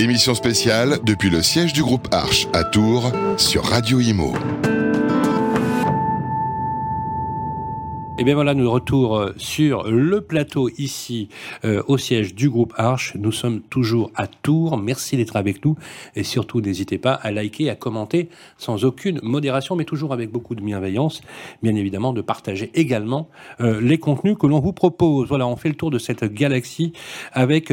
Émission spéciale depuis le siège du groupe Arche à Tours sur Radio Imo. Et bien voilà, nous de retour sur le plateau ici au siège du groupe Arche. Nous sommes toujours à Tours. Merci d'être avec nous et surtout n'hésitez pas à liker, à commenter sans aucune modération mais toujours avec beaucoup de bienveillance. Bien évidemment de partager également les contenus que l'on vous propose. Voilà, on fait le tour de cette galaxie avec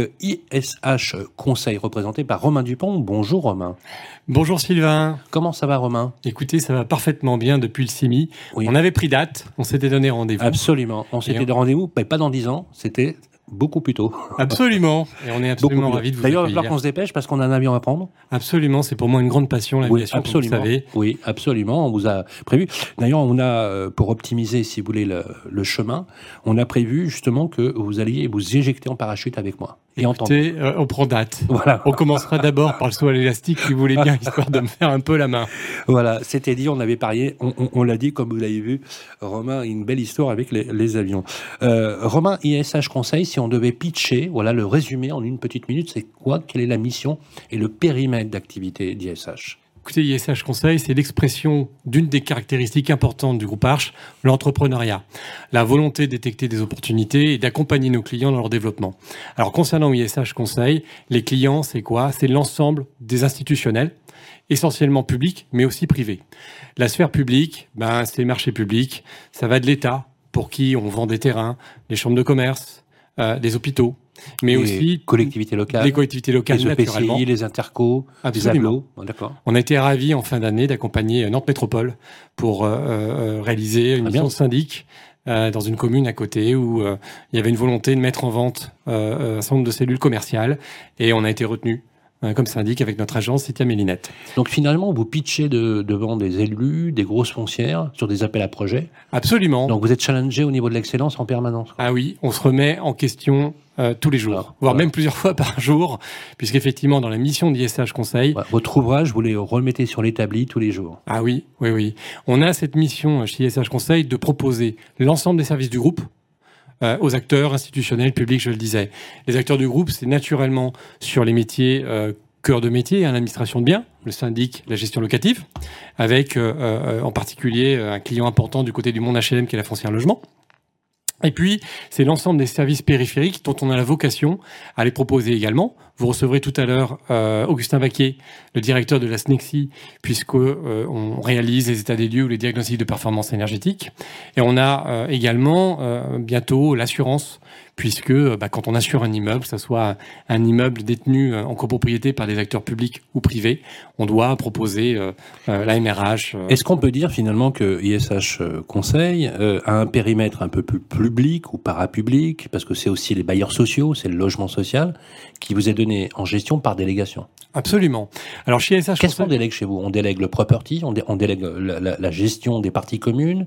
ISH Conseil représenté par Romain Dupont. Bonjour Romain. Bonjour Sylvain. Comment ça va Romain ? Écoutez, ça va parfaitement bien depuis le CIMI. Oui. On avait pris date, on s'était donné rendez-vous. Absolument, on s'était donné rendez-vous, mais pas dans 10 ans, c'était beaucoup plus tôt. Absolument, et on est absolument ravis de vous accueillir. D'ailleurs, il va falloir qu'on se dépêche parce qu'on a un avion à prendre. Absolument, c'est pour moi une grande passion, l'aviation, comme vous savez. Oui, absolument, on vous a prévu. D'ailleurs, on a, pour optimiser, si vous voulez, le chemin, on a prévu justement que vous alliez vous éjecter en parachute avec moi. Et écoutez, on prend date. Voilà. On commencera d'abord par le saut à l'élastique, si vous voulez bien, histoire de me faire un peu la main. Voilà, c'était dit, on avait parié, on l'a dit, comme vous l'avez vu, Romain, une belle histoire avec les avions. Romain, ISH Conseil, si on devait pitcher, voilà, le résumé en une petite minute, c'est quoi ? Quelle est la mission et le périmètre d'activité d'ISH ? Écoutez, ISH Conseil, c'est l'expression d'une des caractéristiques importantes du groupe Arche, l'entrepreneuriat. La volonté de détecter des opportunités et d'accompagner nos clients dans leur développement. Alors, concernant ISH Conseil, les clients, c'est quoi ? C'est l'ensemble des institutionnels, essentiellement publics, mais aussi privés. La sphère publique, c'est les marchés publics. Ça va de l'État, pour qui on vend des terrains, les chambres de commerce, les hôpitaux, mais aussi collectivités locales, les collectivités locales, les naturellement, EPCI, les intercos, les agglos. D'accord. On a été ravis en fin d'année d'accompagner Nantes Métropole pour réaliser une mission de syndic dans une commune à côté où il y avait une volonté de mettre en vente un certain nombre de cellules commerciales et on a été retenu comme syndic avec notre agence Cétia Mélinette. Donc finalement, vous pitchez devant des élus, des grosses foncières, sur des appels à projets. Absolument. Donc vous êtes challengé au niveau de l'excellence en permanence. Ah oui, on se remet en question tous les jours, voire même plusieurs fois par jour, puisqu'effectivement, dans la mission d'ISH Conseil... Votre ouvrage, vous les remettez sur l'établi tous les jours. Ah oui. On a cette mission chez ISH Conseil de proposer l'ensemble des services du groupe aux acteurs institutionnels, publics, je le disais. Les acteurs du groupe, c'est naturellement sur les métiers, cœur de métier, l'administration de biens, le syndic, la gestion locative, avec en particulier un client important du côté du monde HLM qui est la foncière logement. Et puis, c'est l'ensemble des services périphériques dont on a la vocation à les proposer également. Vous recevrez tout à l'heure Augustin Vaquier, le directeur de la SNEXI, puisqu'on réalise les états des lieux ou les diagnostics de performance énergétique. Et on a également bientôt l'assurance, puisque quand on assure un immeuble, que ce soit un immeuble détenu en copropriété par des acteurs publics ou privés, on doit proposer la MRH. Est-ce qu'on peut dire finalement que ISH Conseil a un périmètre un peu plus public ou parapublic, parce que c'est aussi les bailleurs sociaux, c'est le logement social, qui vous est donné en gestion par délégation? Absolument. Alors chez ISH Qu'est-ce qu'on délègue chez vous? On délègue le property, on délègue la gestion des parties communes,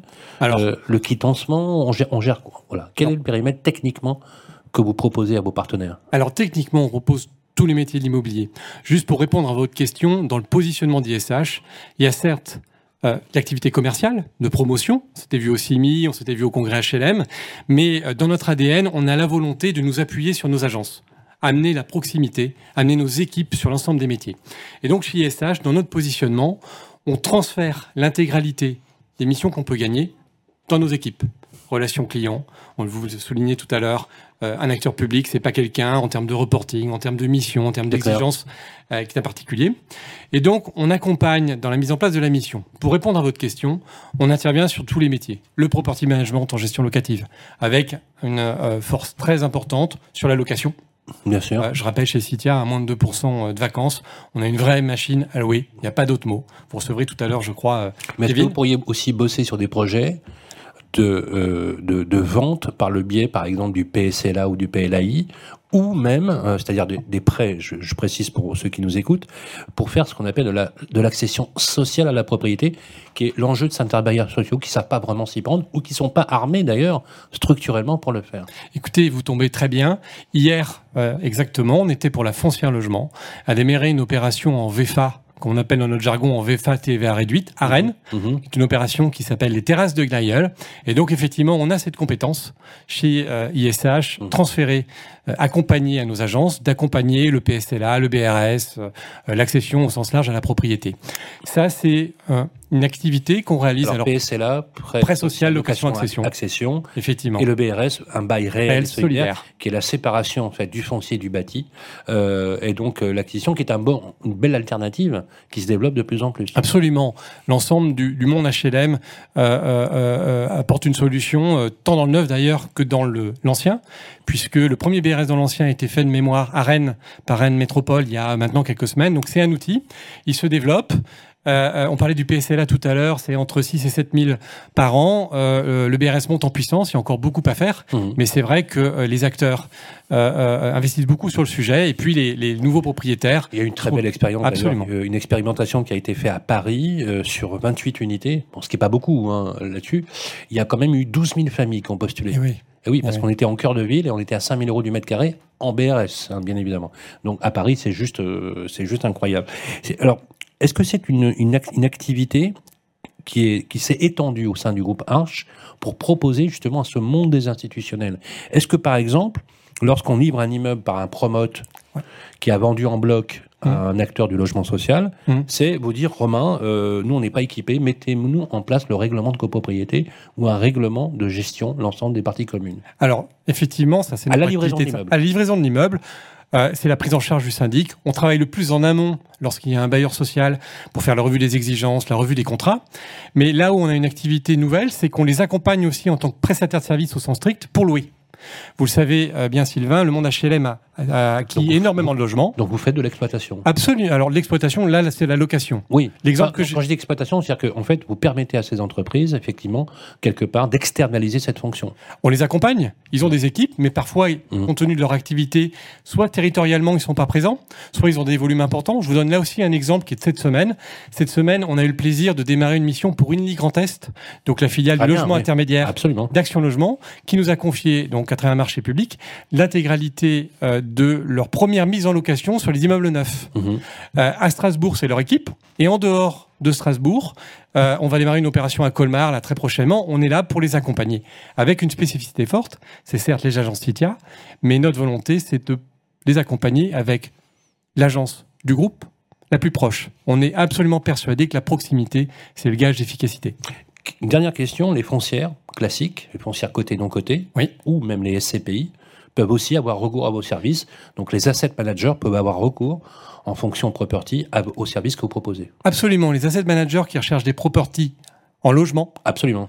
le quitancement, on gère quoi? Voilà. Quel est le périmètre techniquement que vous proposez à vos partenaires? Alors techniquement, on propose tous les métiers de l'immobilier. Juste pour répondre à votre question, dans le positionnement d'ISH, il y a certes l'activité commerciale, de promotion, on s'était vu au CIMI, on s'était vu au congrès HLM, mais dans notre ADN, on a la volonté de nous appuyer sur nos agences, amener la proximité, amener nos équipes sur l'ensemble des métiers. Et donc chez ISH, dans notre positionnement, on transfère l'intégralité des missions qu'on peut gagner dans nos équipes. Relations clients, on vous le soulignait tout à l'heure, un acteur public, c'est pas quelqu'un en termes de reporting, en termes de mission, en termes d'exigence qui est un particulier. Et donc, on accompagne dans la mise en place de la mission. Pour répondre à votre question, on intervient sur tous les métiers. Le property management en gestion locative, avec une force très importante sur la location. Bien sûr. Je rappelle chez Cétia, à moins de 2% de vacances, on a une vraie machine à louer. Il n'y a pas d'autre mot. Vous recevrez tout à l'heure, je crois, mais est-ce que vous pourriez aussi bosser sur des projets de vente par le biais, par exemple, du PSLA ou du PLAI, ou même, c'est-à-dire des prêts, je précise pour ceux qui nous écoutent, pour faire ce qu'on appelle de l'accession sociale à la propriété, qui est l'enjeu de certains bailleurs sociaux qui ne savent pas vraiment s'y prendre, ou qui ne sont pas armés d'ailleurs structurellement pour le faire. Écoutez, vous tombez très bien. Hier, exactement, on était pour la foncière logement, à démarrer une opération en VFA qu'on appelle dans notre jargon en VFA TVA réduite, à Rennes, qui est une opération qui s'appelle les terrasses de Glaïeul. Et donc, effectivement, on a cette compétence chez ISH, transférée, accompagnée à nos agences, d'accompagner le PSLA, le BRS, l'accession au sens large à la propriété. Ça, c'est une activité qu'on réalise. Alors PSLA, prêt social, location, accession. Effectivement. Et le BRS, un bail réel solidaire, qui est la séparation en fait du foncier du bâti, et donc l'acquisition qui est une belle alternative qui se développe de plus en plus. Absolument. L'ensemble du monde HLM apporte une solution, tant dans le neuf d'ailleurs que dans l'ancien, puisque le premier BRS dans l'ancien a été fait de mémoire à Rennes, par Rennes Métropole, il y a maintenant quelques semaines. Donc c'est un outil, il se développe. On parlait du PSLA tout à l'heure, c'est entre 6 et 7 000 par an. Le BRS monte en puissance, il y a encore beaucoup à faire, mais c'est vrai que les acteurs investissent beaucoup sur le sujet, et puis les nouveaux propriétaires... Il y a une très belle expérience, une expérimentation qui a été faite à Paris sur 28 unités, bon, ce qui n'est pas beaucoup là-dessus. Il y a quand même eu 12 000 familles qui ont postulé. Et oui, parce qu'on était en cœur de ville et on était à 5 000 € du mètre carré en BRS, bien évidemment. Donc à Paris, c'est juste incroyable. Alors, est-ce que c'est une activité qui s'est étendue au sein du groupe Arche pour proposer justement à ce monde des institutionnels? Est-ce que, par exemple, lorsqu'on livre un immeuble par un promote qui a vendu en bloc à un acteur du logement social, c'est vous dire, Romain, nous, on n'est pas équipés, mettez-nous en place le règlement de copropriété ou un règlement de gestion de l'ensemble des parties communes? Alors, effectivement, ça c'est à la livraison de l'immeuble. À la livraison de l'immeuble. C'est la prise en charge du syndic. On travaille le plus en amont lorsqu'il y a un bailleur social pour faire la revue des exigences, la revue des contrats. Mais là où on a une activité nouvelle, c'est qu'on les accompagne aussi en tant que prestataire de service au sens strict pour louer. Vous le savez bien, Sylvain, le monde HLM a acquis énormément de logements. Donc vous faites de l'exploitation? Absolument. Alors l'exploitation, là, c'est la location. Oui. L'exemple quand je dis exploitation, c'est-à-dire qu'en fait, vous permettez à ces entreprises, effectivement, quelque part, d'externaliser cette fonction. On les accompagne. Ils ont des équipes, mais parfois, compte tenu de leur activité, soit territorialement, ils ne sont pas présents, soit ils ont des volumes importants. Je vous donne là aussi un exemple qui est de cette semaine. Cette semaine, on a eu le plaisir de démarrer une mission pour Unili Grand Est, donc la filiale du logement intermédiaire d'Action Logement, qui nous a confié, donc à travers un marché public, l'intégralité de leur première mise en location sur les immeubles neufs. À Strasbourg, c'est leur équipe. Et en dehors de Strasbourg, on va démarrer une opération à Colmar là, très prochainement. On est là pour les accompagner. Avec une spécificité forte, c'est certes les agences Titia, mais notre volonté, c'est de les accompagner avec l'agence du groupe la plus proche. On est absolument persuadé que la proximité, c'est le gage d'efficacité. Une dernière question, les foncières classiques, les foncières cotées non cotées, ou même les SCPI, peuvent aussi avoir recours à vos services. Donc les asset managers peuvent avoir recours en fonction property aux services que vous proposez. Absolument. Les asset managers qui recherchent des properties en logement. Absolument.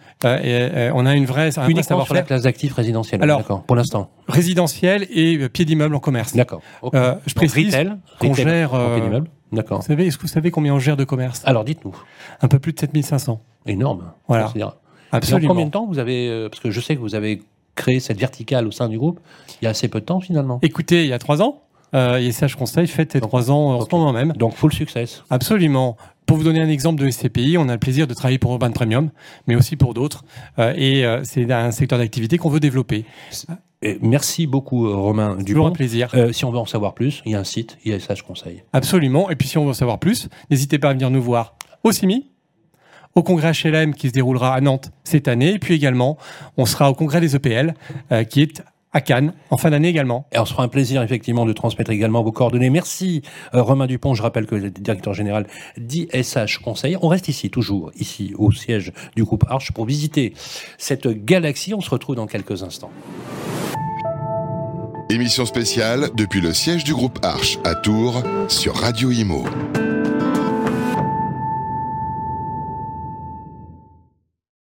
On a un vrai savoir-faire sur la classe d'actifs résidentiels. Alors, d'accord. Pour l'instant. Résidentiel et pied d'immeuble en commerce. D'accord. Okay. Je précise qu'on gère. Pied d'immeuble. D'accord. Est-ce que vous savez combien on gère de commerce? Alors dites-nous. Un peu plus de 7 500. Énorme. Voilà. Absolument. Dans combien de temps vous avez, parce que je sais que vous avez créé cette verticale au sein du groupe, il y a assez peu de temps finalement. Écoutez, il y a 3 ans, ISH Conseil fête ses 3 ans en ce moment même. Donc full success. Absolument. Pour vous donner un exemple de SCPI, on a le plaisir de travailler pour Urban Premium, mais aussi pour d'autres. Et c'est un secteur d'activité qu'on veut développer. Et merci beaucoup Romain Dupont. Toujours un plaisir. Si on veut en savoir plus, il y a un site ISH Conseil. Absolument. Et puis si on veut en savoir plus, n'hésitez pas à venir nous voir au CIMI, au congrès HLM qui se déroulera à Nantes cette année. Et puis également, on sera au congrès des EPL qui est à Cannes, en fin d'année également. Et on se fera un plaisir, effectivement, de transmettre également vos coordonnées. Merci, Romain Dupont. Je rappelle que vous êtes directeur général d'ISH Conseil. On reste ici, toujours ici, au siège du groupe Arche, pour visiter cette galaxie. On se retrouve dans quelques instants. Émission spéciale depuis le siège du groupe Arche à Tours sur Radio Imo.